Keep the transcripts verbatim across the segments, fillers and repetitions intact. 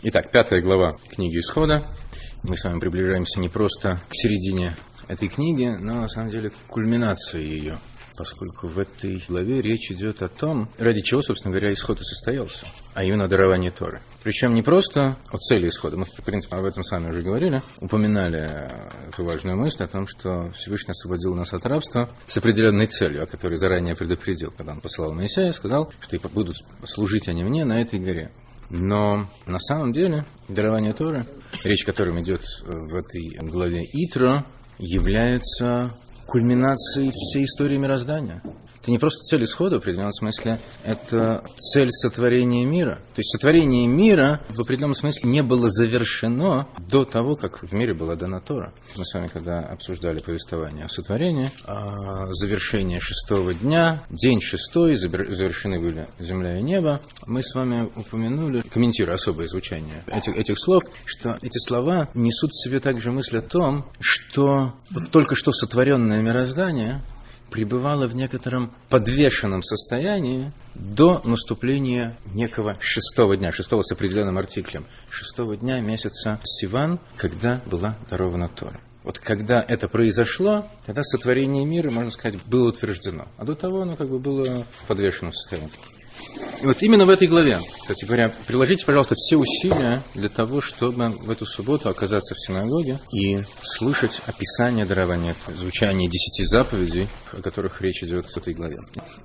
Итак, пятая глава книги Исхода. Мы с вами приближаемся не просто к середине этой книги, но на самом деле к кульминации ее, поскольку в этой главе речь идет о том, ради чего, собственно говоря, исход и состоялся, а именно дарование Торы. Причем не просто о цели исхода. Мы, в принципе, об этом с вами уже говорили, упоминали эту важную мысль о том, что Всевышний освободил нас от рабства с определенной целью, о которой заранее предупредил, когда он посылал Моисея, сказал, что и будут служить они мне на этой горе. Но на самом деле дарование Торы, речь о котором идет в этой главе Итро, является кульминацией всей истории мироздания. Это не просто цель исхода в определенном смысле, это цель сотворения мира. То есть сотворение мира в определенном смысле не было завершено до того, как в мире была дана Тора. Мы с вами, когда обсуждали повествование о сотворении, о завершении шестого дня, день шестой, завершены были земля и небо, мы с вами упомянули, комментируя особое звучание этих, этих слов, что эти слова несут в себе также мысль о том, что вот только что сотворенное мироздание пребывало в некотором подвешенном состоянии до наступления некого шестого дня, шестого с определенным артиклем, шестого дня месяца Сиван, когда была дарована Тора. Вот когда это произошло, тогда сотворение мира, можно сказать, было утверждено. А до того оно как бы было в подвешенном состоянии. И вот именно в этой главе, кстати говоря, приложите, пожалуйста, все усилия для того, чтобы в эту субботу оказаться в синагоге и слышать описание дарования, звучание десяти заповедей, о которых речь идет в этой главе.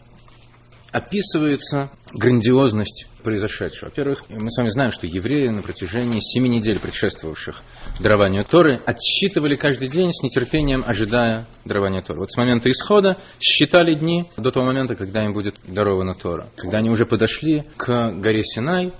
Описывается грандиозность произошедшего. Во-первых, мы с вами знаем, что евреи на протяжении семи недель, предшествовавших дарованию Торы, отсчитывали каждый день с нетерпением, ожидая дарования Торы. Вот с момента исхода считали дни до того момента, когда им будет дарована Тора. Когда они уже подошли к горе Синай,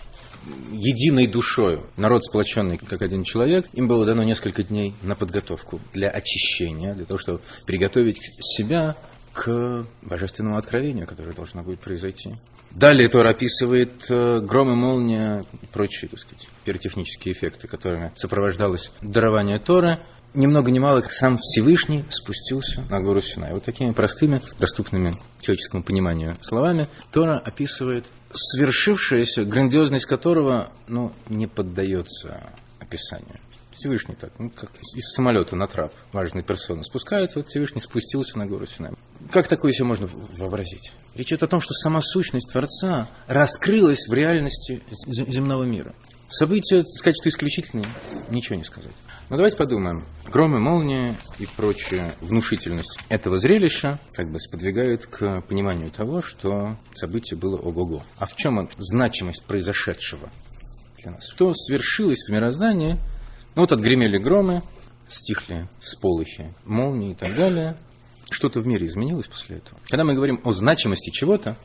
единой душою, народ сплоченный как один человек, им было дано несколько дней на подготовку для очищения, для того, чтобы приготовить себя к божественному откровению, которое должно будет произойти. Далее Тора описывает гром и молния и прочие, так сказать, пиротехнические эффекты, которыми сопровождалось дарование Торы. Ни много ни мало, как сам Всевышний спустился на гору Синай. Вот такими простыми, доступными человеческому пониманию словами Тора описывает свершившееся, грандиозность которого ну, не поддается описанию. Всевышний так, ну, как из самолета на трап важная персона спускается, вот Всевышний спустился на гору Синай. Как такое себе можно вообразить? Речь идет о том, что сама сущность Творца раскрылась в реальности земного мира. События, в качестве исключительные, ничего не сказать. Но давайте подумаем. Гром и молния и прочая внушительность этого зрелища как бы сподвигают к пониманию того, что событие было ого-го. А в чем значимость произошедшего для нас? Что свершилось в мироздании? Ну вот отгремели громы, стихли всполохи, молнии и так далее. Что-то в мире изменилось после этого. Когда мы говорим о значимости чего-то,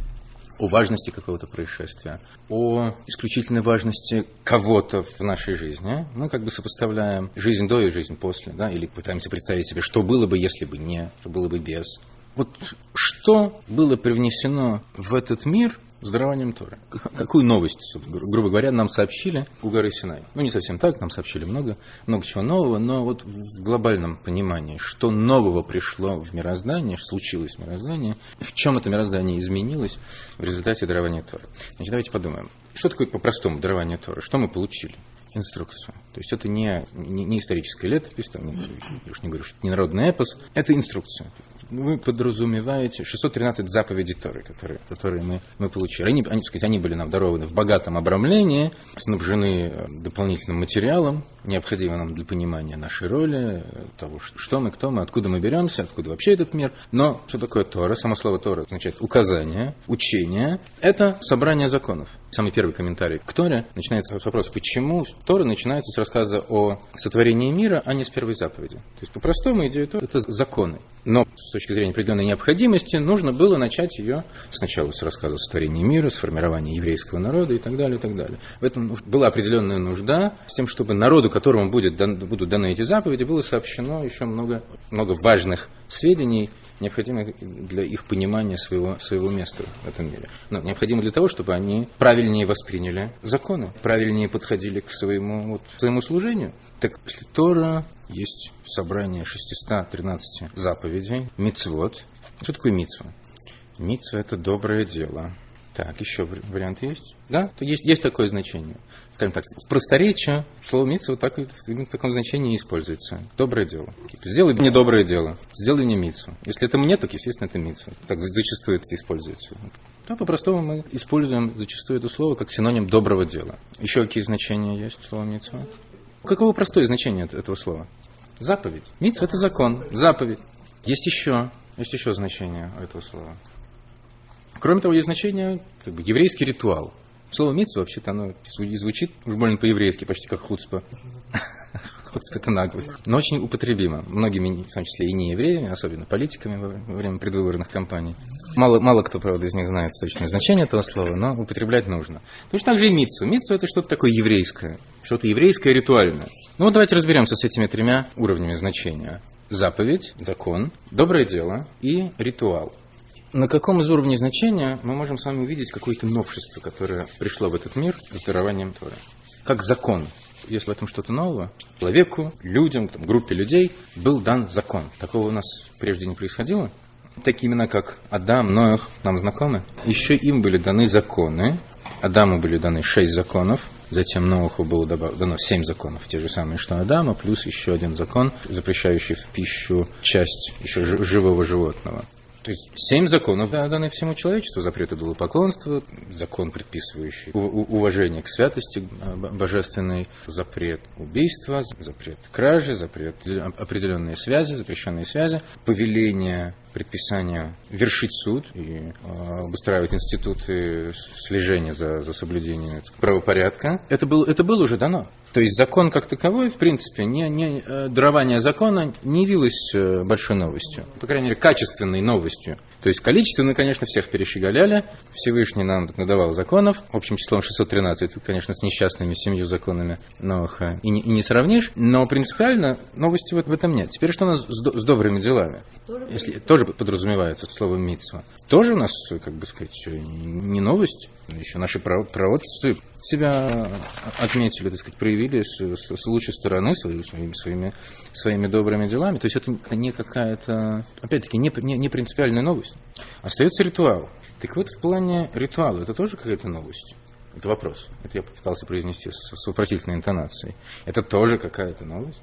о важности какого-то происшествия, о исключительной важности кого-то в нашей жизни, мы как бы сопоставляем жизнь до и жизнь после, да, или пытаемся представить себе, что было бы, если бы не, что было бы без. Вот что было привнесено в этот мир с дарованием Торы? Какую новость, грубо говоря, нам сообщили у горы Синай? Ну, не совсем так, нам сообщили много, много чего нового, но вот в глобальном понимании, что нового пришло в мироздание, что случилось в мироздании, в чем это мироздание изменилось в результате дарования Торы. Значит, давайте подумаем, что такое по-простому дарование Торы? Что мы получили? Инструкцию. То есть это не, не, не историческая летопись, там, не, я уж не говорю, что это не народный эпос, это инструкция. Вы подразумеваете шестьсот тринадцать заповедей Торы, которые, которые мы, мы получили. Они, они, так сказать, они были нам дарованы в богатом обрамлении, снабжены дополнительным материалом, необходимым нам для понимания нашей роли, того, что мы, кто мы, откуда мы беремся, откуда вообще этот мир. Но что такое Тора? Само слово Тора означает указание, учение. Это собрание законов. Самый первый комментарий к Торе начинается с вопроса, почему Тора начинается с рассказа о сотворении мира, а не с первой заповеди. То есть, по-простому, идея Торы – это законы. Но с точки зрения определенной необходимости нужно было начать ее сначала с рассказа о сотворении мира, с формирования еврейского народа и так далее, и так далее. В этом была определенная нужда с тем, чтобы народу, которому будет, будут даны эти заповеди, было сообщено еще много, много важных сведений, необходимых для их понимания своего, своего места в этом мире. Но необходимо для того, чтобы они правильнее восприняли законы, правильнее подходили к своему, вот, своему служению. Так Тора есть собрание шестисот тринадцати заповедей, мицвот. Что такое мицва? Мицва – это доброе дело. Так, еще варианты есть? Да, то есть, есть такое значение. Скажем так, в просторечии слово мицва вот так, в таком значении используется. Доброе дело. Сделай мне доброе дело, сделай мне мицву. Если это мне, то, естественно, это мицва. Так зачастую это используется. Да, по-простому мы используем зачастую это слово как синоним доброго дела. Еще какие значения есть у слова мицва? Каково простое значение этого слова? Заповедь. Мицва – это закон, заповедь. Есть еще, есть еще значение у этого слова. Кроме того, есть значение, как бы, еврейский ритуал. Слово мицва, вообще-то, оно звучит уж больно по-еврейски, почти как хуцпа. Хуцпа – это наглость. Но очень употребимо. Многими, в том числе и неевреями, особенно политиками во время предвыборных кампаний. Мало, мало кто, правда, из них знает точное значение этого слова, но употреблять нужно. Точно так же и мицва. Мицва – это что-то такое еврейское. Что-то еврейское, ритуальное. Ну вот давайте разберемся с этими тремя уровнями значения. Заповедь, закон, доброе дело и ритуал. На каком из уровней значения мы можем с вами увидеть какое-то новшество, которое пришло в этот мир с дарованием Торы? Как закон. Есть в этом что-то нового? Человеку, людям, там, группе людей был дан закон. Такого у нас прежде не происходило. Такие имена, как Адам, Ноах, нам знакомы. Еще им были даны законы. Адаму были даны шесть законов. Затем Ноаху было дано семь законов, те же самые, что Адама, плюс еще один закон, запрещающий в пищу часть еще живого животного. То есть семь законов даны всему человечеству. Запрет идолопоклонства, закон, предписывающий уважение к святости божественной, запрет убийства, запрет кражи, запрет определенные связи, запрещенные связи, повеление, предписание вершить суд и обустраивать институты слежения за, за соблюдением правопорядка. Это было, это было уже дано. То есть закон как таковой, в принципе, не, не, дарование закона не явилось большой новостью. По крайней мере, качественной новостью. То есть количественно, конечно, всех перещеголяли. Всевышний нам надавал законов. Общим числом шестьсот тринадцать, конечно, с несчастными семью законами Ноаха и не, и не сравнишь. Но принципиально новости в, в этом нет. Теперь что у нас с, до, с добрыми делами? Тоже, Если, тоже подразумевается слово мицва. Тоже у нас, как бы сказать, не новость. Еще наши праотцы себя отметили, так сказать, проявили с, с, с лучшей стороны своими, своими, своими добрыми делами. То есть это не какая-то, опять-таки, не, не, не принципиальная новость. Остается ритуал. Так вот, в плане ритуала это тоже какая-то новость? Это вопрос. Это я попытался произнести с, с вопросительной интонацией. Это тоже какая-то новость?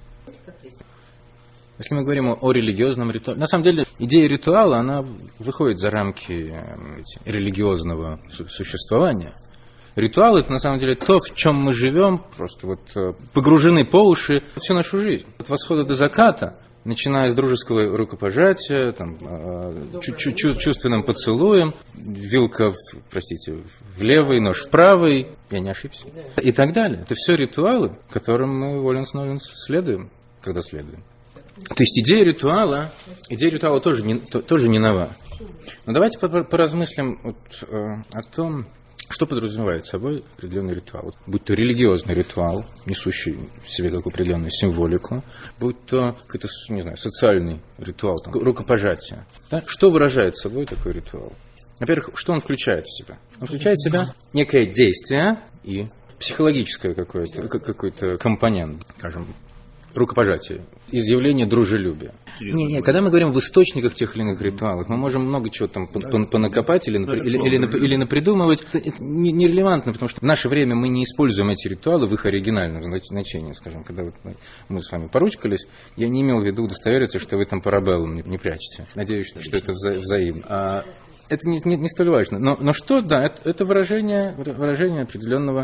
Если мы говорим о, о религиозном ритуале, на самом деле идея ритуала, она выходит за рамки эти, религиозного су- существования. Ритуал – это на самом деле то, в чем мы живем, просто вот погружены по уши всю нашу жизнь. От восхода до заката, начиная с дружеского рукопожатия, там, чу- чу- чувственным поцелуем, вилка, в, простите, в левый, нож в правый, я не ошибся, и так далее. Это все ритуалы, которым мы воленс-ноленс следуем, когда следуем. То есть идея ритуала, идея ритуала тоже не, то, тоже не нова. Но давайте поразмыслим вот, э, о том, что подразумевает собой определенный ритуал. Будь то религиозный ритуал, несущий в себе какую-то определенную символику, будь то какой-то, не знаю, социальный ритуал, там, рукопожатие. Да? Что выражает собой такой ритуал? Во-первых, что он включает в себя? Он включает в себя некое действие и психологическое какое-то, какой-то компонент, скажем, рукопожатие, изъявление дружелюбия. Не, не, когда мы говорим в источниках тех или иных ритуалов, мы можем много чего там понакопать или, или, или, или напридумывать. Это нерелевантно, потому что в наше время мы не используем эти ритуалы в их оригинальном значении. Скажем, когда вот мы с вами поручкались, я не имел в виду удостовериться, что вы там парабеллум не, не прячете. Надеюсь, что это вза- взаимно. А это не, не, не столь важно. Но, но что, да, это, это выражение, выражение определенного...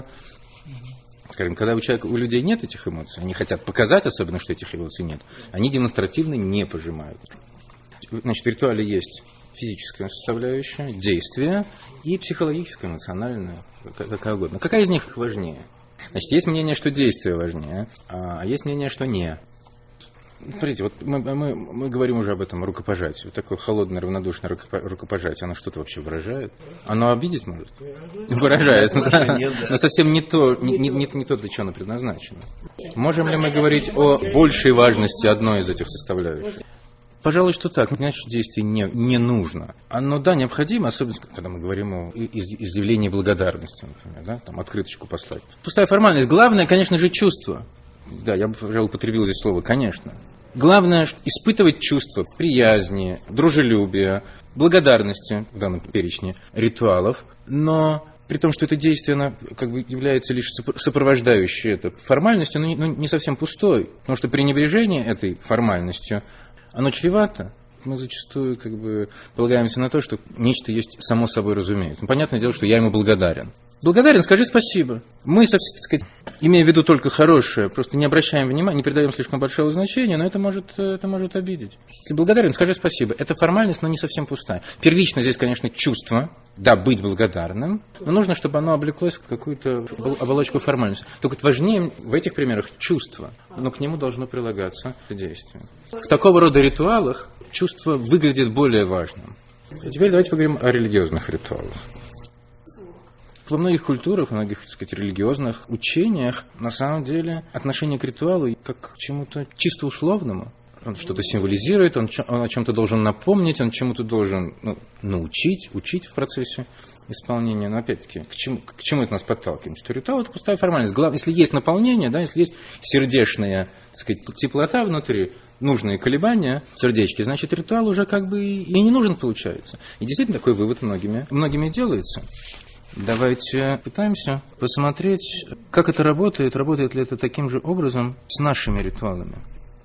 Скажем, когда у человека, у людей нет этих эмоций, они хотят показать, особенно, что этих эмоций нет, они демонстративно не пожимают. Значит, в ритуале есть физическая составляющая, действие и психологическая, эмоциональная, какая угодно. Какая из них важнее? Значит, есть мнение, что действие важнее, а есть мнение, что не. Смотрите, вот мы, мы, мы говорим уже об этом рукопожатии. Вот такое холодное, равнодушное рукопожатие, оно что-то вообще выражает? Оно обидеть может? Выражает, но совсем не то, не, не, не то, для чего оно предназначено. Можем ли мы говорить о большей важности одной из этих составляющих? Пожалуй, что так. Значит, действие не, не нужно. Оно, да, необходимо, особенно, когда мы говорим о изъявлении благодарности, например, да, там, открыточку послать. Пустая формальность. Главное, конечно же, чувство. Да, я бы, пожалуй, употребил здесь слово «конечно». Главное – испытывать чувство приязни, дружелюбия, благодарности в данном перечне ритуалов, но при том, что это действие оно, как бы, является лишь сопровождающей это формальностью, но не, но не совсем пустой, потому что пренебрежение этой формальностью, оно чревато. Мы зачастую как бы полагаемся на то, что нечто есть само собой разумеется. Ну, понятное дело, что я ему благодарен. Благодарен, скажи спасибо. Мы, так сказать, имея в виду только хорошее, просто не обращаем внимания, не придаем слишком большого значения, но это может, это может обидеть. Если благодарен, скажи спасибо. Это формальность, но не совсем пустая. Первично здесь, конечно, чувство, да, быть благодарным, но нужно, чтобы оно облеклось в какую-то оболочку формальности. Только важнее в этих примерах чувство, но к нему должно прилагаться действие. В такого рода ритуалах чувство выглядит более важным. А теперь давайте поговорим о религиозных ритуалах. Во многих культурах, во многих, так сказать, религиозных учениях, на самом деле, отношение к ритуалу как к чему-то чисто условному. Он что-то символизирует, он, он о чем-то должен напомнить, он чему-то должен ну, научить, учить в процессе исполнения. Но опять-таки, к чему, к чему это нас подталкивает? Что ритуал – это пустая формальность. Главное, если есть наполнение, да, если есть сердечная, так сказать, теплота внутри, нужные колебания в сердечке, значит, ритуал уже как бы и не нужен получается. И действительно такой вывод многими, многими делается. Давайте пытаемся посмотреть, как это работает, работает ли это таким же образом с нашими ритуалами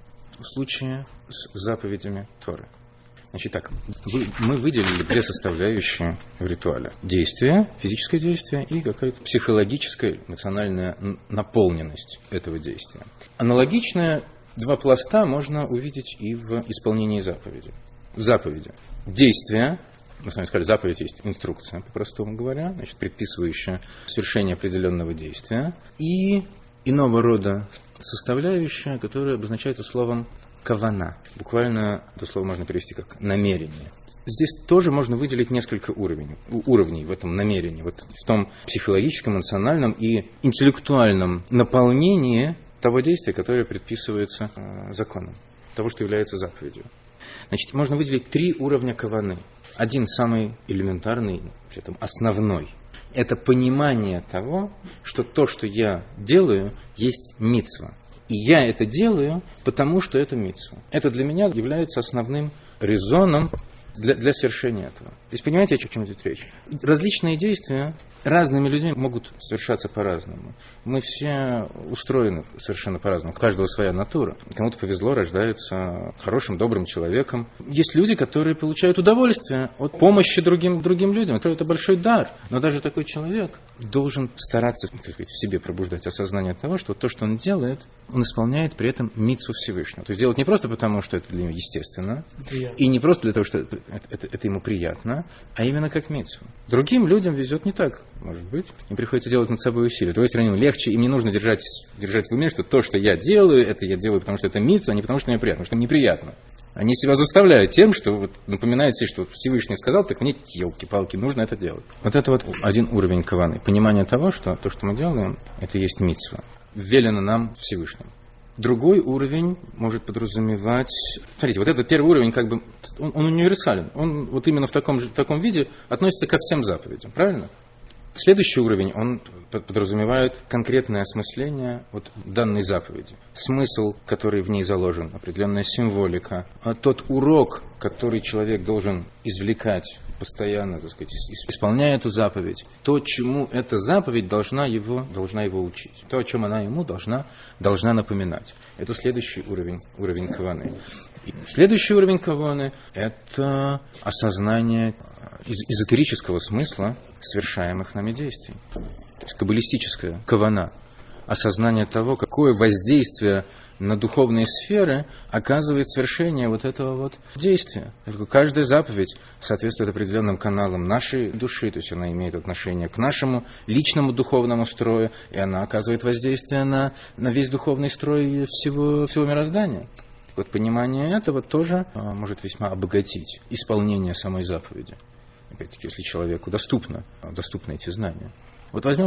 в случае с заповедями Торы. Значит так, мы выделили две составляющие в ритуале. Действие, физическое действие и какая-то психологическая, эмоциональная наполненность этого действия. Аналогичное два пласта можно увидеть и в исполнении заповеди. В заповеди. Действие. Мы с вами сказали, заповедь есть инструкция, по-простому говоря, значит, предписывающая совершение определенного действия. И иного рода составляющая, которая обозначается словом «кавана». Буквально это слово можно перевести как «намерение». Здесь тоже можно выделить несколько уровней, уровней в этом намерении, вот в том психологическом, эмоциональном и интеллектуальном наполнении того действия, которое предписывается э, законом, того, что является заповедью. Значит, можно выделить три уровня каваны. Один самый элементарный, при этом основной. Это понимание того, что то, что я делаю, есть мицва. И я это делаю, потому что это мицва. Это для меня является основным резоном для, для совершения этого. То есть, понимаете, о чем идет речь? Различные действия разными людьми могут совершаться по-разному. Мы все устроены совершенно по-разному. У каждого своя натура. Кому-то повезло, рождается хорошим, добрым человеком. Есть люди, которые получают удовольствие от помощи другим, другим людям. Это большой дар. Но даже такой человек должен стараться, как сказать, в себе пробуждать осознание того, что то, что он делает, он исполняет при этом мицву Всевышнего. То есть делать не просто потому, что это для него естественно, и не просто для того, что это, это, это ему приятно, а именно как мицву. Другим людям везет не так. Может быть, им приходится делать над собой усилия. С другой стороны, легче, им не нужно держать, держать в уме, что то, что я делаю, это я делаю, потому что это мицва, а не потому, что мне приятно, потому что им неприятно. Они себя заставляют тем, что вот, напоминают себе, что Всевышний сказал, так мне, елки-палки, нужно это делать. Вот это вот один уровень каваны. Понимание того, что то, что мы делаем, это есть мицва. Велено нам Всевышним. Другой уровень может подразумевать... Смотрите, вот этот первый уровень, как бы, он, он универсален. Он вот именно в таком, же, в таком виде относится ко всем заповедям. Правильно? Следующий уровень, он подразумевает конкретное осмысление вот данной заповеди. Смысл, который в ней заложен, определенная символика. А тот урок, который человек должен извлекать постоянно, так сказать, исполняя эту заповедь. То, чему эта заповедь должна его, должна его учить. То, о чем она ему должна, должна напоминать. Это следующий уровень, уровень каваны. И следующий уровень каваны – это осознание эзотерического смысла совершаемых нами действий. То есть каббалистическая кавана. Осознание того, какое воздействие на духовные сферы оказывает совершение вот этого вот действия. Каждая заповедь соответствует определенным каналам нашей души, то есть она имеет отношение к нашему личному духовному строю, и она оказывает воздействие на, на весь духовный строй всего, всего мироздания. Вот понимание этого тоже а, может весьма обогатить исполнение самой заповеди. Опять-таки, если человеку доступно, доступны эти знания. Вот возьмем,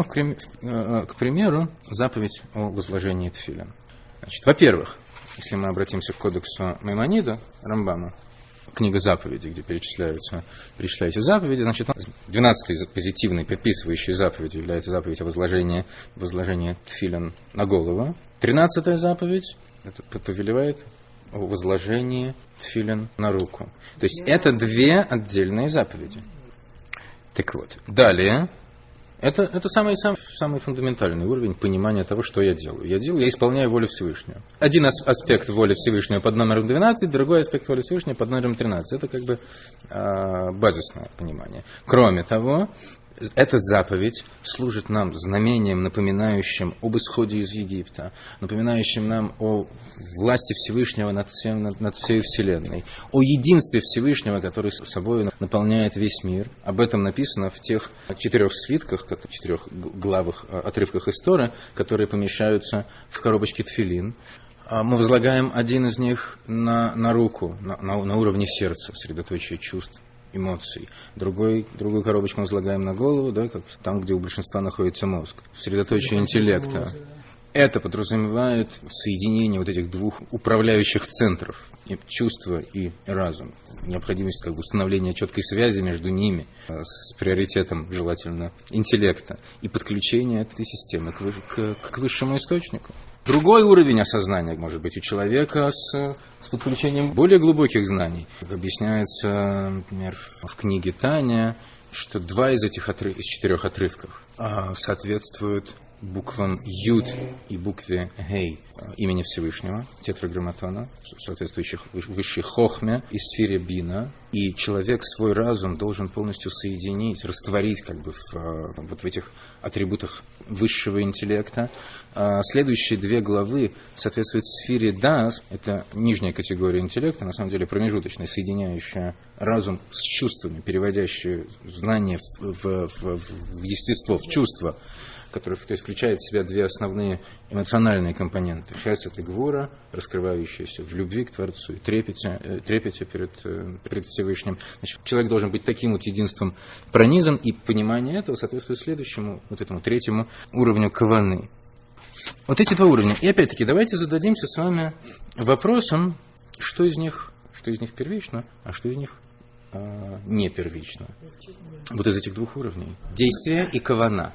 к примеру, заповедь о возложении тфилин. Значит, во-первых, если мы обратимся к кодексу Маймонида, Рамбама, книга заповедей, где перечисляются, перечисляются заповеди, значит, двенадцатой позитивной, предписывающей заповедью является заповедь о возложении, возложении тфилин на голову. тринадцатая заповедь это повелевает о возложении тфилин на руку. То есть это две отдельные заповеди. Так вот, далее, это, это самый, самый, самый фундаментальный уровень понимания того, что я делаю. Я делаю, я исполняю волю Всевышнего. Один аспект воли Всевышнего под номером двенадцать, другой аспект воли Всевышнего под номером тринадцать. Это как бы э, базисное понимание. Кроме того, эта заповедь служит нам знамением, напоминающим об исходе из Египта, напоминающим нам о власти Всевышнего над, всем, над, над всей Вселенной, о единстве Всевышнего, который собой наполняет весь мир. Об этом написано в тех четырех свитках, четырех главах, отрывках из Торы, которые помещаются в коробочке тфилин. Мы возлагаем один из них на, на руку, на, на, на уровне сердца, средоточие чувств, эмоций. Другой, другую коробочку мы возлагаем на голову, да, как там, где у большинства находится мозг, средоточие интеллекта. Это подразумевает соединение вот этих двух управляющих центров, чувства и разум. Необходимость как бы установления четкой связи между ними с приоритетом, желательно, интеллекта и подключения этой системы к, к, к высшему источнику. Другой уровень осознания может быть у человека с, с подключением более глубоких знаний. Как объясняется, например, в книге Таня, что два из этих отрыв, из четырех отрывков а, соответствуют буквам Юд и букве Гей имени Всевышнего, тетраграмматона, соответствующих высшей хохме и сфере бина. И человек свой разум должен полностью соединить, растворить как бы в, вот в этих атрибутах высшего интеллекта. А следующие две главы соответствуют сфере Дас, это нижняя категория интеллекта, на самом деле промежуточная, соединяющая разум с чувствами, переводящая знания в, в, в, в естество, в чувство, который, то есть, включает в себя две основные эмоциональные компоненты. Хесед и гвура, раскрывающиеся в любви к Творцу и трепете, трепете перед, перед Всевышним. Значит, человек должен быть таким вот единством пронизан, и понимание этого соответствует следующему, вот этому третьему уровню каваны. Вот эти два уровня. И опять-таки, давайте зададимся с вами вопросом, что из них, что из них первично, а что из них а, не первично. Вот из этих двух уровней. Действие и кавана.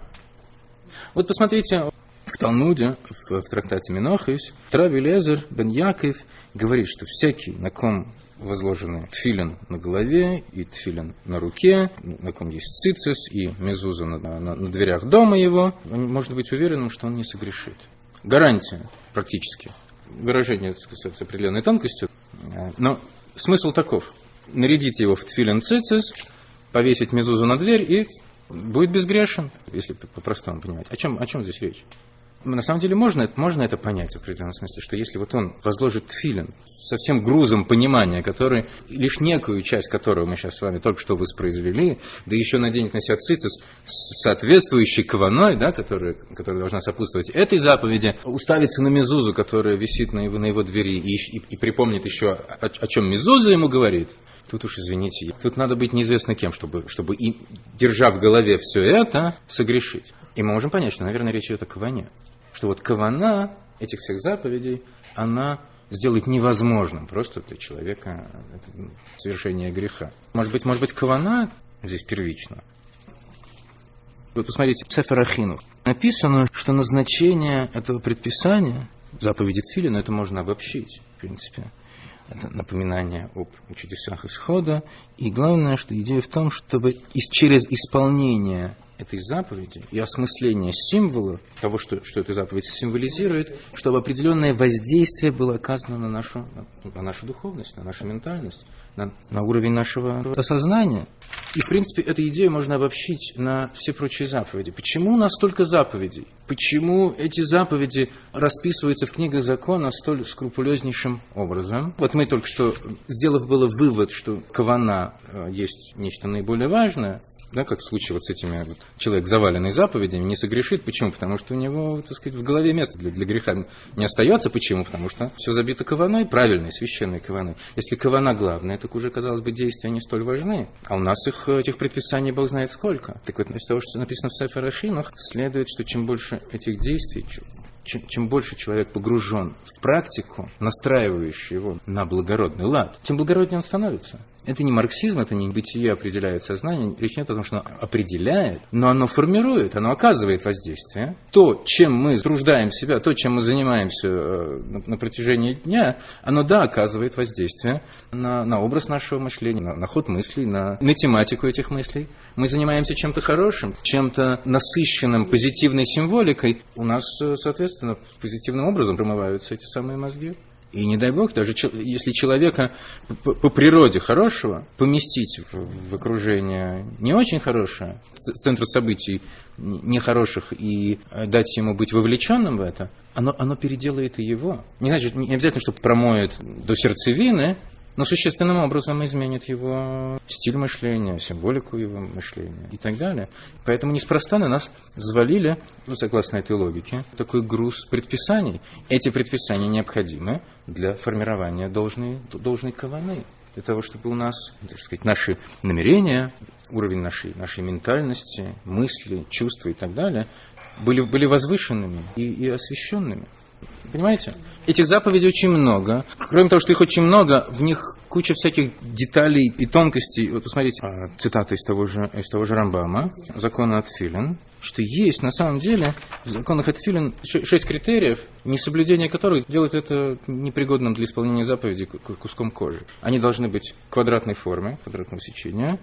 Вот посмотрите, в Талмуде, в, в трактате Менохис, Раби Элиэзер бен Яков говорит, что всякий, на ком возложены тфилин на голове и тфилин на руке, на ком есть цицис и мезуза на, на, на дверях дома его, можно быть уверенным, что он не согрешит. Гарантия практически. Выражение с определенной тонкостью. Но смысл таков. Нарядить его в тфилин цицис, повесить мезузу на дверь и будет безгрешен, если по-простому понимать. О чем, о чем здесь речь? На самом деле можно, можно это понять в определенном смысле, что если вот он возложит тфилин со всем грузом понимания, который, лишь некую часть которого мы сейчас с вами только что воспроизвели, да еще наденет на себя цицис с соответствующей каваной, да, которая, которая должна сопутствовать этой заповеди, уставится на мезузу, которая висит на его, на его двери, и, и, и припомнит еще, о, о чем мезуза ему говорит. Тут уж, извините, тут надо быть неизвестно кем, чтобы, чтобы и, держа в голове все это, согрешить. И мы можем понять, что, наверное, речь идет о каване. Что вот кавана этих всех заповедей, она сделает невозможным просто для человека совершение греха. Может быть, может быть, кавана здесь первично. Вот посмотрите, в Сефер Ахинух написано, что назначение этого предписания, заповеди тфилина, это можно обобщить, в принципе. Это напоминание об чудесах исхода. И главное, что идея в том, чтобы через исполнение этой заповеди и осмысление символа того, что, что эта заповедь символизирует, чтобы определенное воздействие было оказано на нашу, на нашу духовность, на нашу ментальность, на, на уровень нашего осознания. И, в принципе, эту идею можно обобщить на все прочие заповеди. Почему у нас столько заповедей? Почему эти заповеди расписываются в книгах закона столь скрупулезнейшим образом? Вот мы только что, сделав было вывод, что кавана есть нечто наиболее важное, да, как в случае вот с этими вот, человек, заваленный заповедями, не согрешит. Почему? Потому что у него, так сказать, в голове места для, для греха не остается. Почему? Потому что все забито каваной, правильной, священной каваной. Если кавана главная, так уже, казалось бы, действия не столь важны. А у нас их, этих предписаний Бог знает сколько. Так вот, из того, что написано в Сефер Ахинух, следует, что чем больше этих действий, чем, чем больше человек погружен в практику, настраивающую его на благородный лад, тем благороднее он становится. Это не марксизм, это не бытие определяет сознание. Речь не о том, что оно определяет, но оно формирует, оно оказывает воздействие. То, чем мы труждаем себя, то, чем мы занимаемся на протяжении дня, оно, да, оказывает воздействие на, на образ нашего мышления, на, на ход мыслей, на, на тематику этих мыслей. Мы занимаемся чем-то хорошим, чем-то насыщенным позитивной символикой. У нас, соответственно, позитивным образом промываются эти самые мозги. И не дай бог, даже если человека по, по природе хорошего поместить в, в окружение не очень хорошее, в центр событий нехороших, и дать ему быть вовлеченным в это, оно, оно переделает и его. Не значит, не обязательно, что промоет до сердцевины, но существенным образом изменит его стиль мышления, символику его мышления и так далее. Поэтому неспроста на нас взвалили, ну, согласно этой логике, такой груз предписаний. Эти предписания необходимы для формирования должной, должной каваны. Для того, чтобы у нас, так сказать, наши намерения, уровень нашей, нашей ментальности, мысли, чувства и так далее были, были возвышенными и, и освященными. Понимаете? Этих заповедей очень много. Кроме того, что их очень много, в них куча всяких деталей и тонкостей. Вот посмотрите, цитата из того же, из того же Рамбама, закона от Тфилин, что есть на самом деле в законах от Тфилин шесть критериев, несоблюдение которых делает это непригодным для исполнения заповедей куском кожи. Они должны быть квадратной формы, квадратного сечения.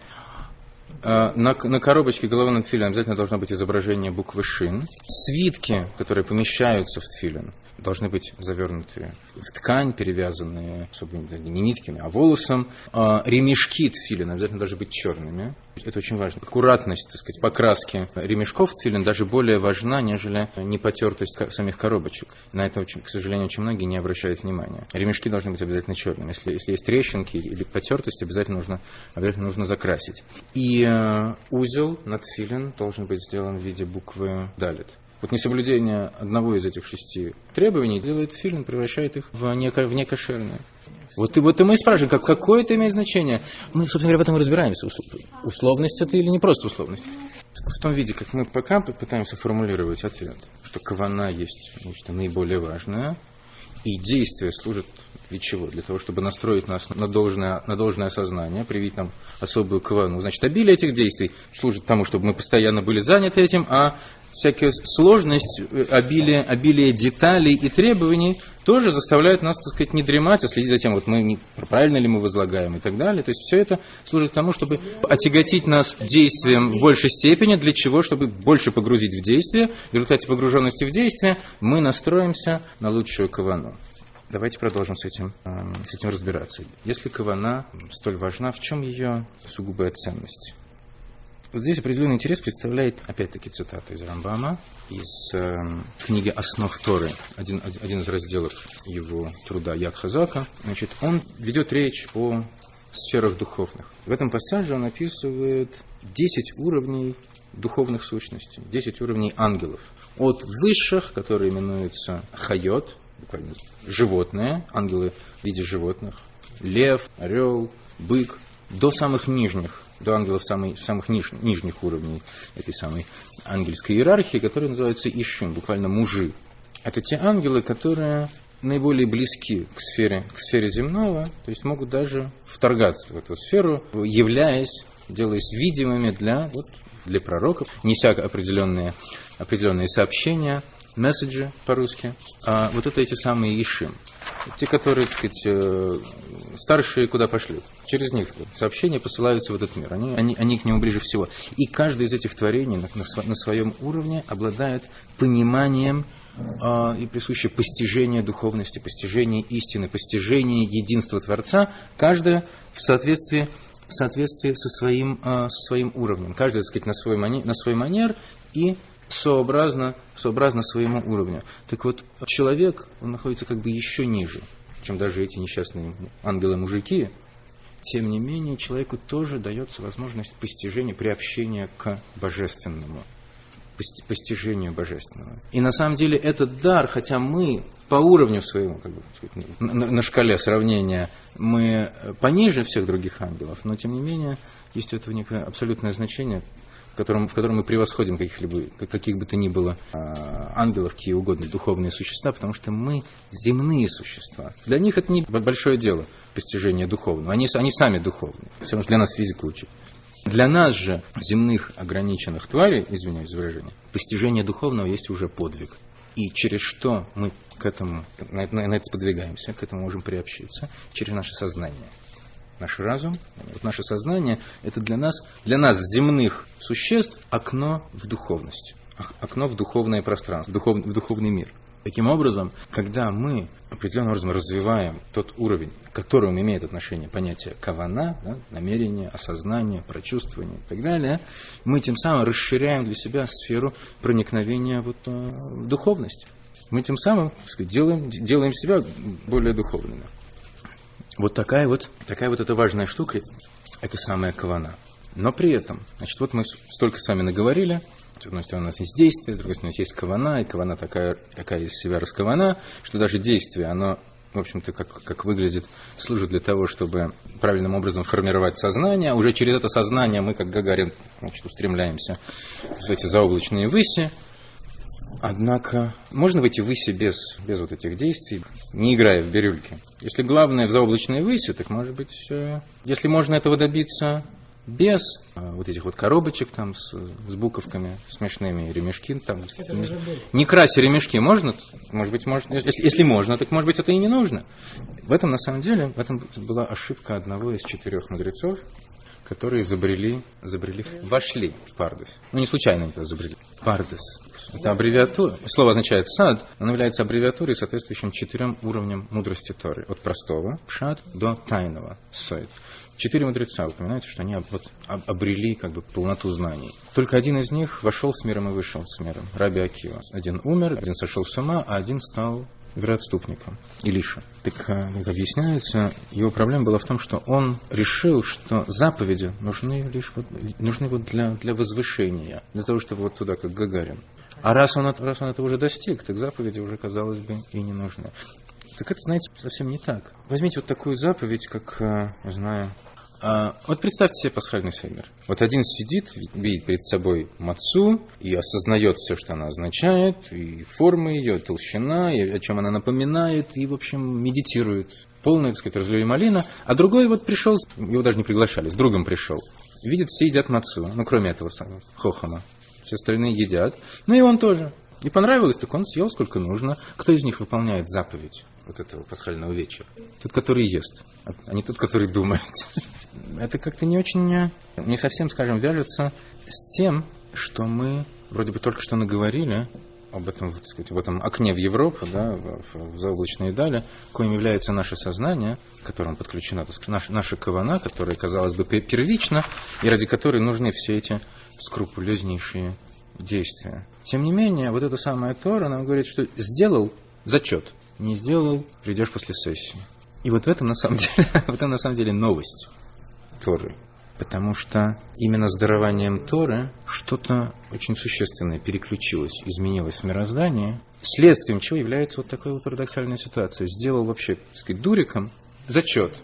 На, на коробочке головы над тфилин обязательно должно быть изображение буквы Шин. Свитки, которые помещаются в тфилин, должны быть завернуты в ткань, перевязанные особенно не нитками, а волосом. Ремешки тфилин обязательно должны быть черными. Это очень важно. Аккуратность, так сказать, покраски ремешков тфилин даже более важна, нежели непотертость самих коробочек. На это, очень, к сожалению, очень многие не обращают внимания. Ремешки должны быть обязательно черными. Если, если есть трещинки или потертость, обязательно нужно, обязательно нужно закрасить. И э, узел на тфилин должен быть сделан в виде буквы далет. Вот несоблюдение одного из этих шести требований делает тфилин, превращает их в, неко, в некошерные. Вот и, вот и мы и спрашиваем, как, какое это имеет значение? Мы, собственно говоря, в этом и разбираемся. Условность это или не просто условность? В том виде, как мы пока пытаемся формулировать ответ, что кавана есть нечто наиболее важное, и действие служит для чего? Для того, чтобы настроить нас на должное, на должное сознание, привить нам особую кавану. Значит, обилие этих действий служит тому, чтобы мы постоянно были заняты этим, а всякая сложность, обилие, обилие деталей и требований тоже заставляет нас, так сказать, не дремать, а следить за тем, вот мы не, правильно ли мы возлагаем и так далее. То есть все это служит тому, чтобы отяготить нас действием в большей степени. Для чего? Чтобы больше погрузить в действие. В результате погруженности в действие мы настроимся на лучшую кавану. Давайте продолжим с этим, с этим разбираться. Если кавана столь важна, в чем ее сугубая ценность? Вот здесь определенный интерес представляет, опять-таки, цитата из Рамбама, из э, книги «Основ Торы», один, один из разделов его труда Яд Хазака. Значит, он ведет речь о сферах духовных. В этом пассаже он описывает десять уровней духовных сущностей, десять уровней ангелов. От высших, которые именуются хайот, буквально животные, ангелы в виде животных, лев, орел, бык, до самых нижних, до ангелов самых, самых ниж, нижних уровней этой самой ангельской иерархии, которые называются ишим, буквально мужи. Это те ангелы, которые наиболее близки к сфере, к сфере земного, то есть могут даже вторгаться в эту сферу, являясь, делаясь видимыми для, вот, для пророков, неся определенные, определенные сообщения, месседжи по-русски. А вот это эти самые ишим. Те, которые, так сказать, старшие куда пошлют. Через них сообщения посылаются в этот мир. Они, они, они к нему ближе всего. И каждое из этих творений на, на своем уровне обладает пониманием э, и присуще постижение духовности, постижение истины, постижение единства Творца. Каждое в соответствии, в соответствии со, своим, э, со своим уровнем. Каждый, так сказать, на свой манер, на свой манер и сообразно, сообразно своему уровню. Так вот, человек, он находится как бы еще ниже, чем даже эти несчастные ангелы-мужики. Тем не менее, человеку тоже дается возможность постижения, приобщения к божественному, постижению божественного. И на самом деле этот дар, хотя мы по уровню своему, как бы, на, на шкале сравнения, мы пониже всех других ангелов, но тем не менее есть у этого некое абсолютное значение, в котором, в котором мы превосходим каких-либо, каких бы то ни было ангелов, какие угодно духовные существа, потому что мы земные существа. Для них это не большое дело, постижение духовного. Они, они сами духовные. Все равно для нас физику учат. Для нас же, земных ограниченных тварей, извиняюсь за выражение, постижение духовного есть уже подвиг. И через что мы к этому, на, на, на это подвигаемся, к этому можем приобщиться? Через наше сознание. Наш разум, вот наше сознание, это для нас, для нас, земных существ, окно в духовность, окно в духовное пространство, в, духов, в духовный мир. Таким образом, когда мы определенным образом развиваем тот уровень, к которому имеет отношение понятие кавана, да, намерение, осознание, прочувствование и так далее, мы тем самым расширяем для себя сферу проникновения вот, в духовность. Мы тем самым, так сказать, делаем, делаем себя более духовными. Вот такая вот, такая вот эта важная штука, это самая кавана. Но при этом, значит, вот мы столько с вами наговорили. С одной стороны, у нас есть действие, с другой стороны, у нас есть кавана, и кавана такая, такая из себя раскавана, что даже действие, оно, в общем-то, как, как выглядит, служит для того, чтобы правильным образом формировать сознание. А уже через это сознание мы, как Гагарин, значит, устремляемся в эти заоблачные выси. Однако, можно выйти в выси без, без вот этих действий, не играя в бирюльки. Если главное в заоблачные выси, так, может быть, если можно этого добиться без а, вот этих вот коробочек там с, с буковками смешными, ремешки там. Не, не крася ремешки можно? Может быть, можно. Если, если можно, так может быть это и не нужно. В этом на самом деле, в этом была ошибка одного из четырех мудрецов, которые изобрели, изобрели, вошли в Пардус. Ну, не случайно они это изобрели. Пардус. Это аббревиатура. Слово означает сад. Оно является аббревиатурой, соответствующим четырем уровням мудрости Торы. От простого, пшат, до тайного, сойд. Четыре мудреца, упоминается, что они вот обрели как бы полноту знаний. Только один из них вошел с миром и вышел с миром. Раби Акива. Один умер, один сошел с ума, а один стал вероотступником. Илиша. Так, как объясняется, его проблема была в том, что он решил, что заповеди нужны лишь вот, нужны вот для, для возвышения, для того, чтобы вот туда, как Гагарин. А раз он, раз он этого уже достиг, так заповеди уже, казалось бы, и не нужны. Так это, знаете, совсем не так. Возьмите вот такую заповедь, как, не знаю, а, вот представьте себе пасхальный сейдер. Вот один сидит, видит перед собой мацу и осознает все, что она означает, и форма ее, толщина, и о чем она напоминает, и, в общем, медитирует. Полная, так сказать, разлили малина. А другой вот пришел, его даже не приглашали, с другом пришел. Видит, все едят мацу, ну, кроме этого самого хохама. Все остальные едят. Ну, и он тоже. И понравилось, так он съел сколько нужно. Кто из них выполняет заповедь вот этого пасхального вечера? Тот, который ест, а не тот, который думает. Это как-то не очень, не совсем, скажем, вяжется с тем, что мы вроде бы только что наговорили об этом, так сказать, в этом окне в Европу, да, в, в заоблачные дали, коим является наше сознание, к которому подключена, так сказать, наша, наша кавана, которая, казалось бы, первична, и ради которой нужны все эти скрупулезнейшие действия. Тем не менее, вот эта самая Тора нам говорит, что сделал зачет, не сделал, придешь после сессии. И вот в этом на самом деле, в этом на самом деле новость Торы. Потому что именно с дарованием Торы что-то очень существенное переключилось, изменилось в мироздании, следствием чего является вот такая вот парадоксальная ситуация. Сделал вообще, так сказать, дуриком зачет,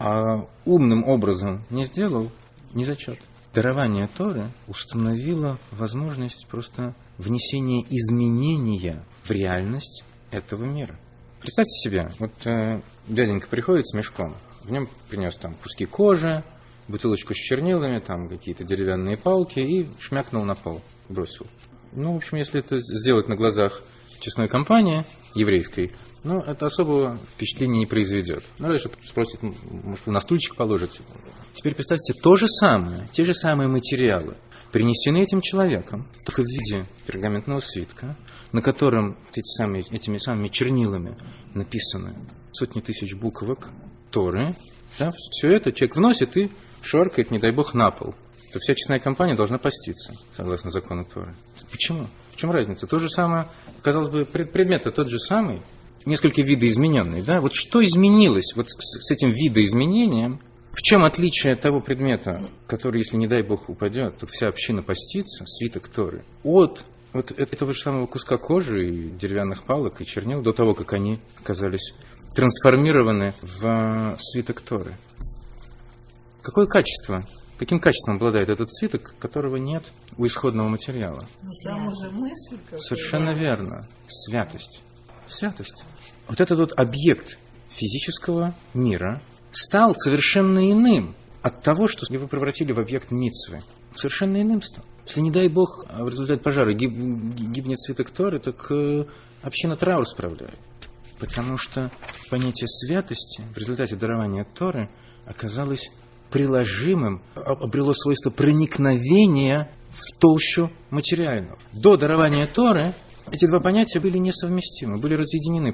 а умным образом не сделал, не зачет. Дарование Торы установило возможность просто внесения изменения в реальность этого мира. Представьте себе, вот э, дяденька приходит с мешком, в нем принес там куски кожи, бутылочку с чернилами, там какие-то деревянные палки и шмякнул на пол, бросил. Ну, в общем, если это сделать на глазах честной компании еврейской, ну, это особого впечатления не произведет. Ну, разве что спросит, может, вы на стульчик положите. Теперь представьте, то же самое, те же самые материалы принесены этим человеком, только в виде пергаментного свитка, на котором эти самые, этими самыми чернилами написаны сотни тысяч буквок Торы. Да, все это человек вносит и шваркает, не дай бог, на пол. То вся честная компания должна поститься, согласно закону Торы. Почему? В чем разница? То же самое, казалось бы, предмет-то тот же самый, несколько видоизмененный. Да? Вот что изменилось вот с, с этим видоизменением? В чем отличие того предмета, который, если, не дай бог, упадет, то вся община постится, свиток Торы, от вот этого же самого куска кожи и деревянных палок и чернил, до того, как они оказались трансформированы в свиток Торы? Какое качество Каким качеством обладает этот свиток, которого нет у исходного материала? Там уже мысль. Совершенно верно. Святость. Святость. Вот этот вот объект физического мира стал совершенно иным от того, что его превратили в объект мицвы. Совершенно иным стал. Если, не дай Бог, в результате пожара гиб, гибнет свиток Торы, так э, община траур справляет. Потому что понятие святости в результате дарования Торы оказалось приложимым, обрело свойство проникновения в толщу материального. До дарования Торы эти два понятия были несовместимы, были разъединены.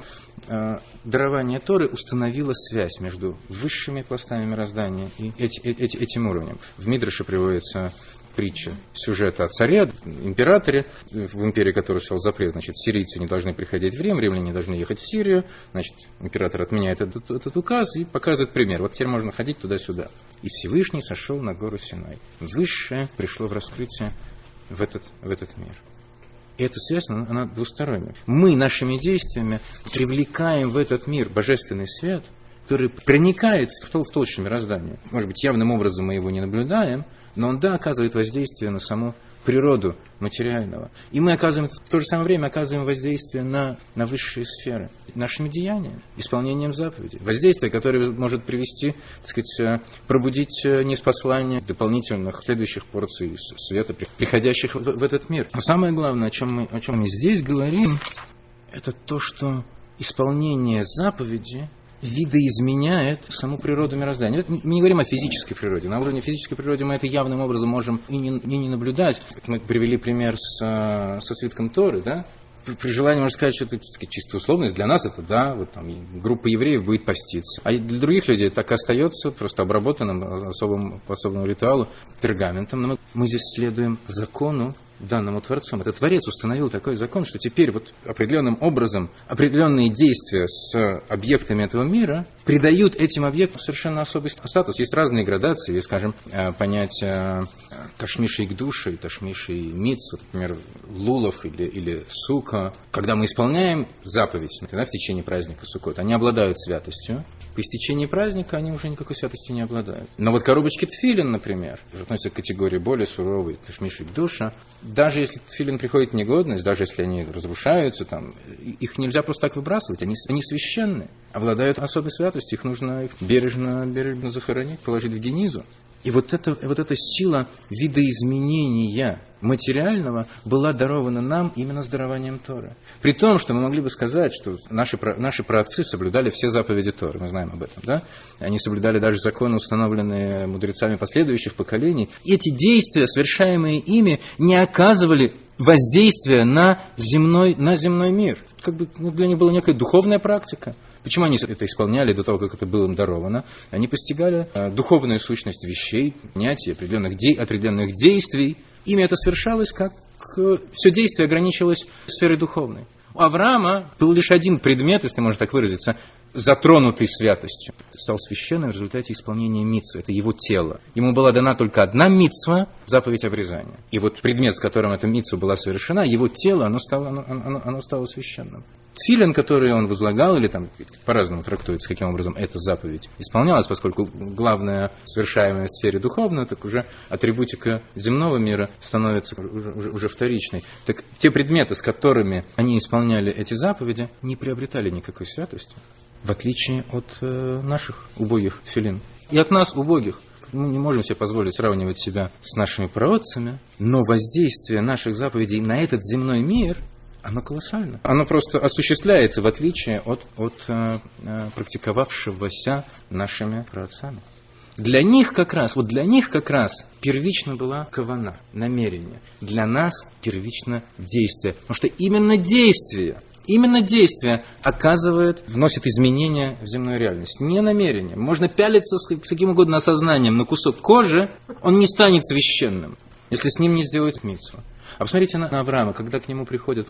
Дарование Торы установило связь между высшими пластами мироздания и эти, эти, этим уровнем. В Мидраше приводится притча сюжета о царе, императоре, в империи которого стал запрет, значит, сирийцы не должны приходить в Рим, римляне не должны ехать в Сирию, значит, император отменяет этот, этот указ и показывает пример. Вот теперь можно ходить туда-сюда. И Всевышний сошел на гору Синай. Высшее пришло в раскрытие в этот, в этот мир. И эта связь, она, она двусторонняя. Мы нашими действиями привлекаем в этот мир божественный свет, который проникает в, тол- в толщу мироздания. Может быть, явным образом мы его не наблюдаем, но он, да, оказывает воздействие на саму природу материального. И мы оказываем, в то же самое время оказываем воздействие на, на высшие сферы нашими деяниями, исполнением заповедей. Воздействие, которое может привести, так сказать, пробудить ниспослание дополнительных следующих порций света, приходящих в, в этот мир. Но самое главное, о чем мы, о чем мы здесь говорим, это то, что исполнение заповеди видоизменяет саму природу мироздания. Мы не говорим о физической природе. На уровне физической природы мы это явным образом можем и не, и не наблюдать. Мы привели пример с, со свитком Торы, да? При желании можно сказать, что это чистая условность. Для нас это, да, вот там группа евреев будет поститься. А для других людей так и остается, просто обработанным особым, по особому ритуалу, пергаментом. Но мы, мы здесь следуем закону, данному Творцом. Этот Творец установил такой закон, что теперь вот определенным образом определенные действия с объектами этого мира придают этим объектам совершенно особый статус. Есть разные градации, есть, скажем, понятие ташмиши и гдуши, ташмиши и митц, вот, например, лулов или, или сука. Когда мы исполняем заповедь, да, в течение праздника Суккот, они обладают святостью. По истечении праздника они уже никакой святостью не обладают. Но вот коробочки тфилин, например, относятся к категории более суровой, ташмиши и гдуша. Даже если тфилин приходит в негодность, даже если они разрушаются, там, их нельзя просто так выбрасывать, они, они священные, обладают особой святостью, их нужно их бережно, бережно захоронить, положить в генизу. И вот эта, вот эта сила видоизменения материального была дарована нам именно с дарованием Торы. При том, что мы могли бы сказать, что наши, наши праотцы соблюдали все заповеди Торы, мы знаем об этом, да? Они соблюдали даже законы, установленные мудрецами последующих поколений. И эти действия, совершаемые ими, не оказывали воздействия на земной, на земной мир. Как бы, ну, для них была некая духовная практика. Почему они это исполняли до того, как это было им даровано? Они постигали э, духовную сущность вещей, понятия определенных, де, определенных действий. Ими это совершалось, как э, все действие ограничивалось сферой духовной. У Авраама был лишь один предмет, если можно так выразиться, затронутый святостью. Стал священным в результате исполнения мицвы. Это его тело. Ему была дана только одна мицва, заповедь обрезания. И вот предмет, с которым эта мицва была совершена, его тело, оно стало, оно, оно, оно стало священным. Тфилин, который он возлагал, или там по-разному трактуется, каким образом эта заповедь исполнялась, поскольку главное, совершаемое в сфере духовной, так уже атрибутика земного мира становится уже, уже, уже вторичной. Так те предметы, с которыми они исполняли эти заповеди, не приобретали никакой святости, в отличие от э, наших убогих тфилин. И от нас, убогих. Мы не можем себе позволить сравнивать себя с нашими праотцами, но воздействие наших заповедей на этот земной мир, оно колоссально. Оно просто осуществляется в отличие от, от э, э, практиковавшегося нашими праотцами. Для них как раз, вот для них как раз первично была кавана, намерение. Для нас первично действие. Потому что именно действие, именно действие оказывает, вносит изменения в земную реальность. Не намерение. Можно пялиться с каким угодно осознанием на кусок кожи, он не станет священным, если с ним не сделать мицву. А посмотрите на, на Авраама, когда к нему приходят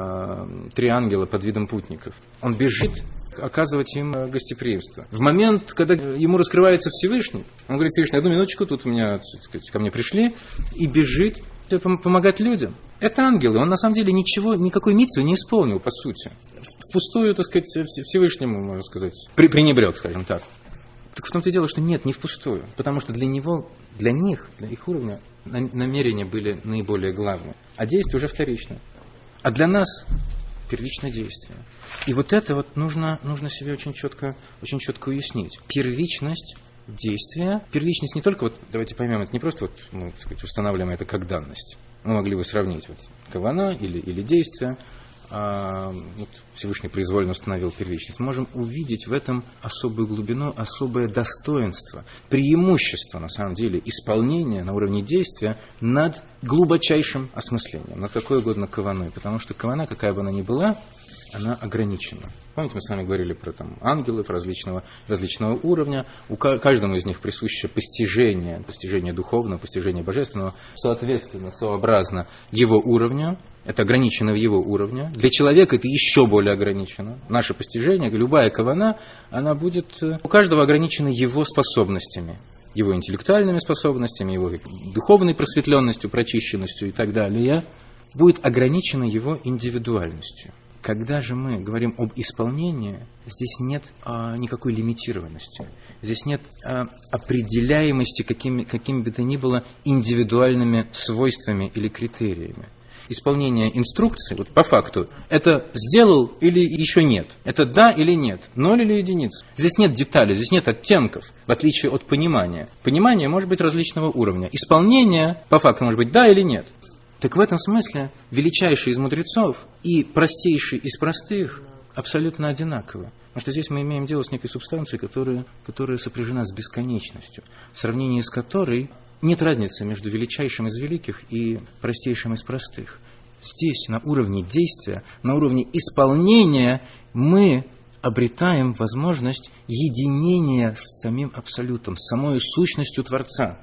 э, три ангела под видом путников. Он бежит оказывать им гостеприимство. В момент, когда ему раскрывается Всевышний, он говорит: Всевышний, одну минуточку, тут у меня, так сказать, ко мне пришли, и бежит помогать людям. Это ангелы, он на самом деле ничего, никакой мицвы не исполнил, по сути. Впустую, так сказать, Всевышнему, можно сказать, пренебрег, скажем так. Так в том-то и дело, что нет, не впустую. Потому что для него, для них, для их уровня намерения были наиболее главные. А действие уже вторичное. А для нас первичное действие. И вот это вот нужно, нужно себе очень четко, очень четко уяснить. Первичность действия. Первичность не только, вот давайте поймем, это не просто вот, мы, так сказать, устанавливаем это как данность. Мы могли бы сравнить вот кавана или, или действие. А, вот Всевышний произвольно установил первичность. Мы можем увидеть в этом особую глубину, особое достоинство, преимущество, на самом деле, исполнения на уровне действия над глубочайшим осмыслением, над какой угодно каваной. Потому что кавана, какая бы она ни была, она ограничена. Помните, мы с вами говорили про там, ангелов различного, различного уровня. У каждому из них присуще постижение, постижение духовного, постижение божественного, соответственно, сообразно его уровню. Это ограничено в его уровне. Для человека это еще более ограничено. Наше постижение, любая кавана, она будет у каждого ограничена его способностями. Его интеллектуальными способностями, его духовной просветленностью, прочищенностью и так далее. Будет ограничена его индивидуальностью. Когда же мы говорим об исполнении, здесь нет а, никакой лимитированности. Здесь нет а, определяемости какими, какими бы то ни было индивидуальными свойствами или критериями. Исполнение инструкции, вот по факту, это сделал или еще нет. Это да или нет, ноль или единица. Здесь нет деталей, здесь нет оттенков, в отличие от понимания. Понимание может быть различного уровня. Исполнение по факту может быть да или нет. Так в этом смысле величайший из мудрецов и простейший из простых абсолютно одинаковы. Потому что здесь мы имеем дело с некой субстанцией, которая, которая сопряжена с бесконечностью, в сравнении с которой нет разницы между величайшим из великих и простейшим из простых. Здесь, на уровне действия, на уровне исполнения, мы обретаем возможность единения с самим Абсолютом, с самой сущностью Творца.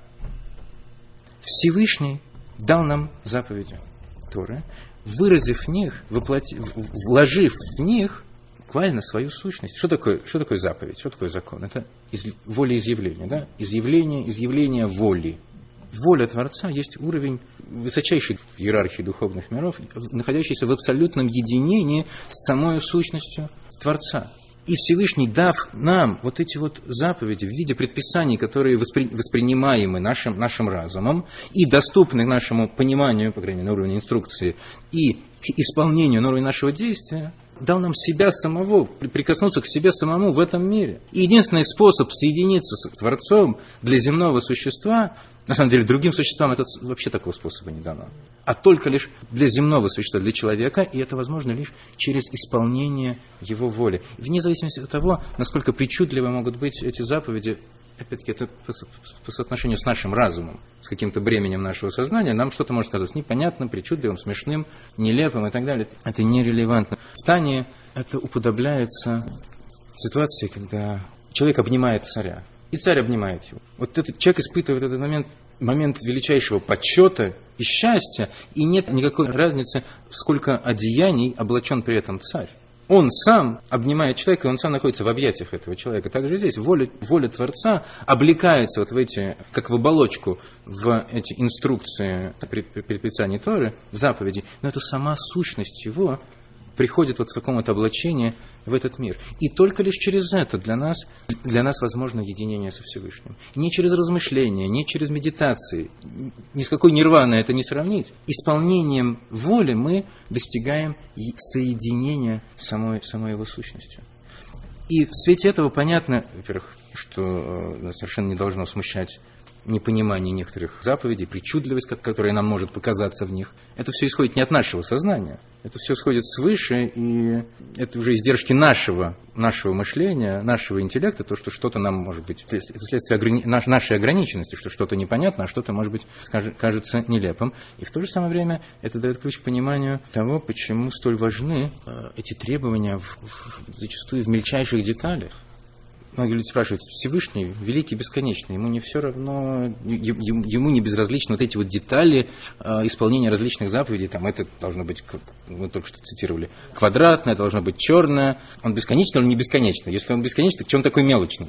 Всевышний дал нам заповеди Торы, выразив в них, воплотив, вложив в них буквально свою сущность. Что такое, что такое заповедь? Что такое закон? Это из, волеизъявление, да? Изъявление, изъявление воли. Воля Творца есть уровень высочайшей в иерархии духовных миров, находящийся в абсолютном единении с самой сущностью Творца. И Всевышний, дав нам вот эти вот заповеди в виде предписаний, которые воспри, воспринимаемы нашим, нашим разумом и доступны нашему пониманию, по крайней мере, на уровне инструкции, и к исполнению на уровне нашего действия, дал нам себя самого, прикоснуться к себе самому в этом мире. И единственный способ соединиться с Творцом для земного существа, на самом деле другим существам это вообще такого способа не дано, а только лишь для земного существа, для человека, и это возможно лишь через исполнение его воли. Вне зависимости от того, насколько причудливы могут быть эти заповеди, опять-таки, это по соотношению с нашим разумом, с каким-то бременем нашего сознания, нам что-то может казаться непонятным, причудливым, смешным, нелепым и так далее. Это нерелевантно. В Тане это уподобляется ситуации, когда человек обнимает царя, и царь обнимает его. Вот этот человек испытывает этот момент, момент величайшего почета и счастья, и нет никакой разницы, сколько одеяний облачен при этом царь. Он сам обнимает человека, и он сам находится в объятиях этого человека. Также здесь воля, воля Творца облекается вот в эти, как в оболочку, в эти инструкции предписаний Торы, заповедей, но это сама сущность его приходит вот в таком вот облачении в этот мир. И только лишь через это для нас, для нас возможно единение со Всевышним. Не через размышления, не через медитации, ни с какой нирваной это не сравнить. Исполнением воли мы достигаем соединения с самой, самой его сущностью. И в свете этого понятно, во-первых, что совершенно не должно смущать непонимание некоторых заповедей, причудливость, которая нам может показаться в них. Это все исходит не от нашего сознания. Это все исходит свыше, и это уже издержки нашего, нашего мышления, нашего интеллекта, то, что что-то нам может быть, это следствие ограни... нашей ограниченности, что что-то непонятно, а что-то, может быть, кажется нелепым. И в то же самое время это дает ключ к пониманию того, почему столь важны эти требования в, в, зачастую в мельчайших деталях. Многие люди спрашивают, Всевышний, великий, бесконечный, ему не все равно, ему не безразличны вот эти вот детали э, исполнения различных заповедей, там это должно быть, как мы только что цитировали, квадратное, должно быть черное, он бесконечный или не бесконечный? Если он бесконечный, то что он такой мелочный?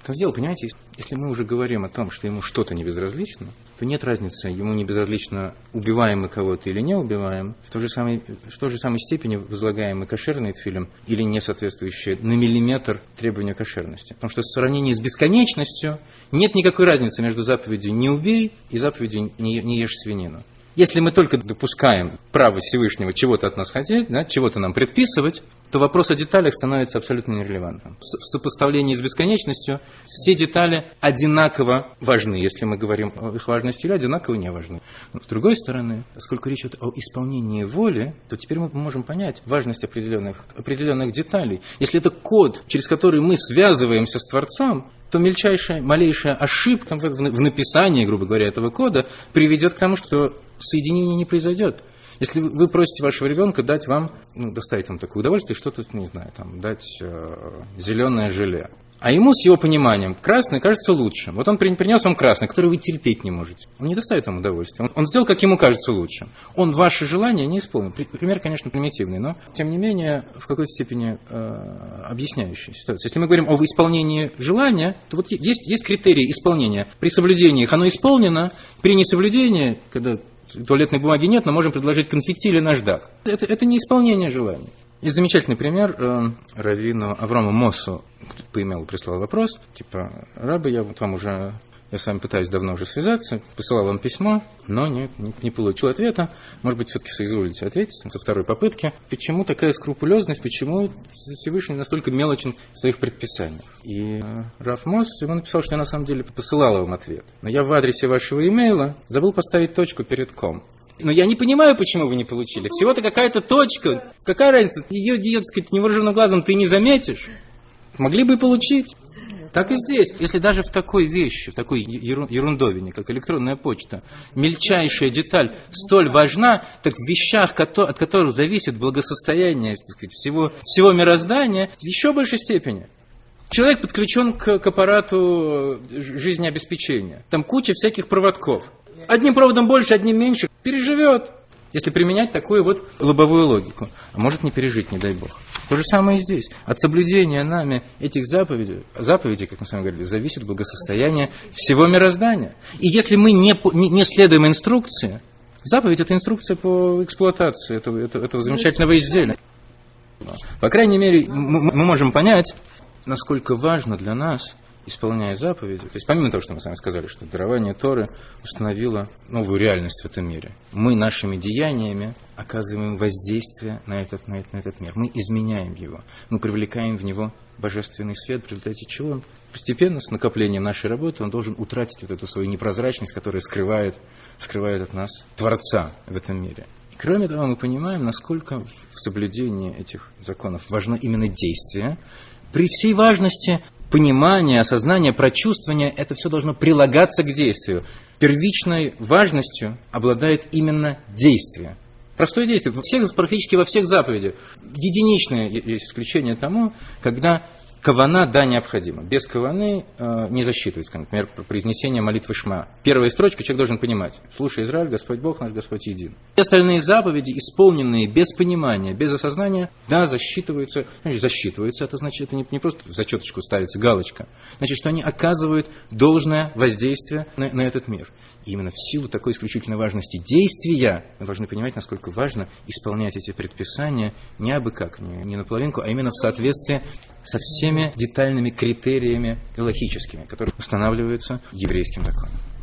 что он сделал, понимаете, если мы уже говорим о том, что ему что-то не безразлично, то нет разницы, ему не безразлично, убиваем мы кого-то или не убиваем, в той же самой, в той же самой степени возлагаем мы кошерный тфилин или не соответствующий на миллиметр требованию кошерности. Потому что в сравнении с бесконечностью нет никакой разницы между заповедью «не убей» и заповедью «не, не ешь свинину». Если мы только допускаем право Всевышнего чего-то от нас хотеть, да, чего-то нам предписывать, то вопрос о деталях становится абсолютно нерелевантным. В сопоставлении с бесконечностью все детали одинаково важны, если мы говорим о их важности, или одинаково не важны. Но с другой стороны, поскольку речь идет о исполнении воли, то теперь мы можем понять важность определенных, определенных деталей. Если это код, через который мы связываемся с Творцом, то мельчайшая, малейшая ошибка в, в написании, грубо говоря, этого кода приведет к тому, что соединение не произойдет. Если вы просите вашего ребенка дать вам, ну, доставить вам такое удовольствие, что-то, не знаю, там, дать э, зеленое желе. А ему с его пониманием красный кажется лучшим. Вот он принес вам красный, который вы терпеть не можете. Он не доставит вам удовольствия. Он, он сделал, как ему кажется лучшим. Он ваше желание не исполнил. Пример, конечно, примитивный, но, тем не менее, в какой-то степени э, объясняющий ситуацию. Если мы говорим об исполнении желания, то вот есть, есть критерии исполнения. При соблюдении их оно исполнено, при несоблюдении, когда туалетной бумаги нет, но можем предложить конфетти или наждак. Это, это не исполнение желания. Есть замечательный пример. Э, раввину Аврому Моссу по имейлу прислал вопрос. Типа, рабы, я вот вам уже, я с вами пытаюсь давно уже связаться, посылал вам письмо, но не, не, не получил ответа. Может быть, все-таки соизволите ответить со второй попытки. Почему такая скрупулезность, почему Всевышний настолько мелочен в своих предписаниях? И э, Рав Мосс ему написал, что я на самом деле посылал вам ответ. Но я в адресе вашего имейла забыл поставить точку перед ком. Но я не понимаю, почему вы не получили. Всего-то какая-то точка. Какая разница? Ее, ее, так сказать, невооруженным глазом ты не заметишь. Могли бы и получить. Так и здесь. Если даже в такой вещи, в такой ерундовине, как электронная почта, мельчайшая деталь столь важна, так в вещах, от которых зависит благосостояние, так сказать, всего, всего мироздания, в еще большей степени. Человек подключен к, к аппарату жизнеобеспечения. Там куча всяких проводков. Одним проводом больше, одним меньше. Переживет, если применять такую вот лобовую логику. А может не пережить, не дай бог. То же самое и здесь. От соблюдения нами этих заповедей, заповедей, как мы с вами говорили, зависит благосостояние всего мироздания. И если мы не, не, не следуем инструкции, заповедь – это инструкция по эксплуатации этого, этого, этого замечательного изделия. По крайней мере, мы, мы можем понять, насколько важно для нас, исполняя заповеди, то есть помимо того, что мы с вами сказали, что дарование Торы установило новую реальность в этом мире, мы нашими деяниями оказываем воздействие на этот, на этот, на этот мир. Мы изменяем его, мы привлекаем в него божественный свет, в результате чего он постепенно, с накоплением нашей работы, он должен утратить вот эту свою непрозрачность, которая скрывает, скрывает от нас Творца в этом мире. И кроме того, мы понимаем, насколько в соблюдении этих законов важно именно действие. При всей важности понимания, осознания, прочувствования, это все должно прилагаться к действию. Первичной важностью обладает именно действие. Простое действие. Всех, практически во всех заповедях. Единичное есть исключение тому, когда кавана, да, необходима. Без каваны э, не засчитывается. Например, произнесение молитвы Шма. Первая строчка человек должен понимать. Слушай, Израиль, Господь Бог наш, Господь един. Все остальные заповеди, исполненные без понимания, без осознания, да, засчитываются. Значит, засчитываются, это значит, это не, не просто в зачеточку ставится галочка. Значит, что они оказывают должное воздействие на, на этот мир. И именно в силу такой исключительной важности действия мы должны понимать, насколько важно исполнять эти предписания не абы как, не, не наполовинку, а именно в соответствии со всеми детальными критериями галахическими, которые устанавливаются еврейским законом.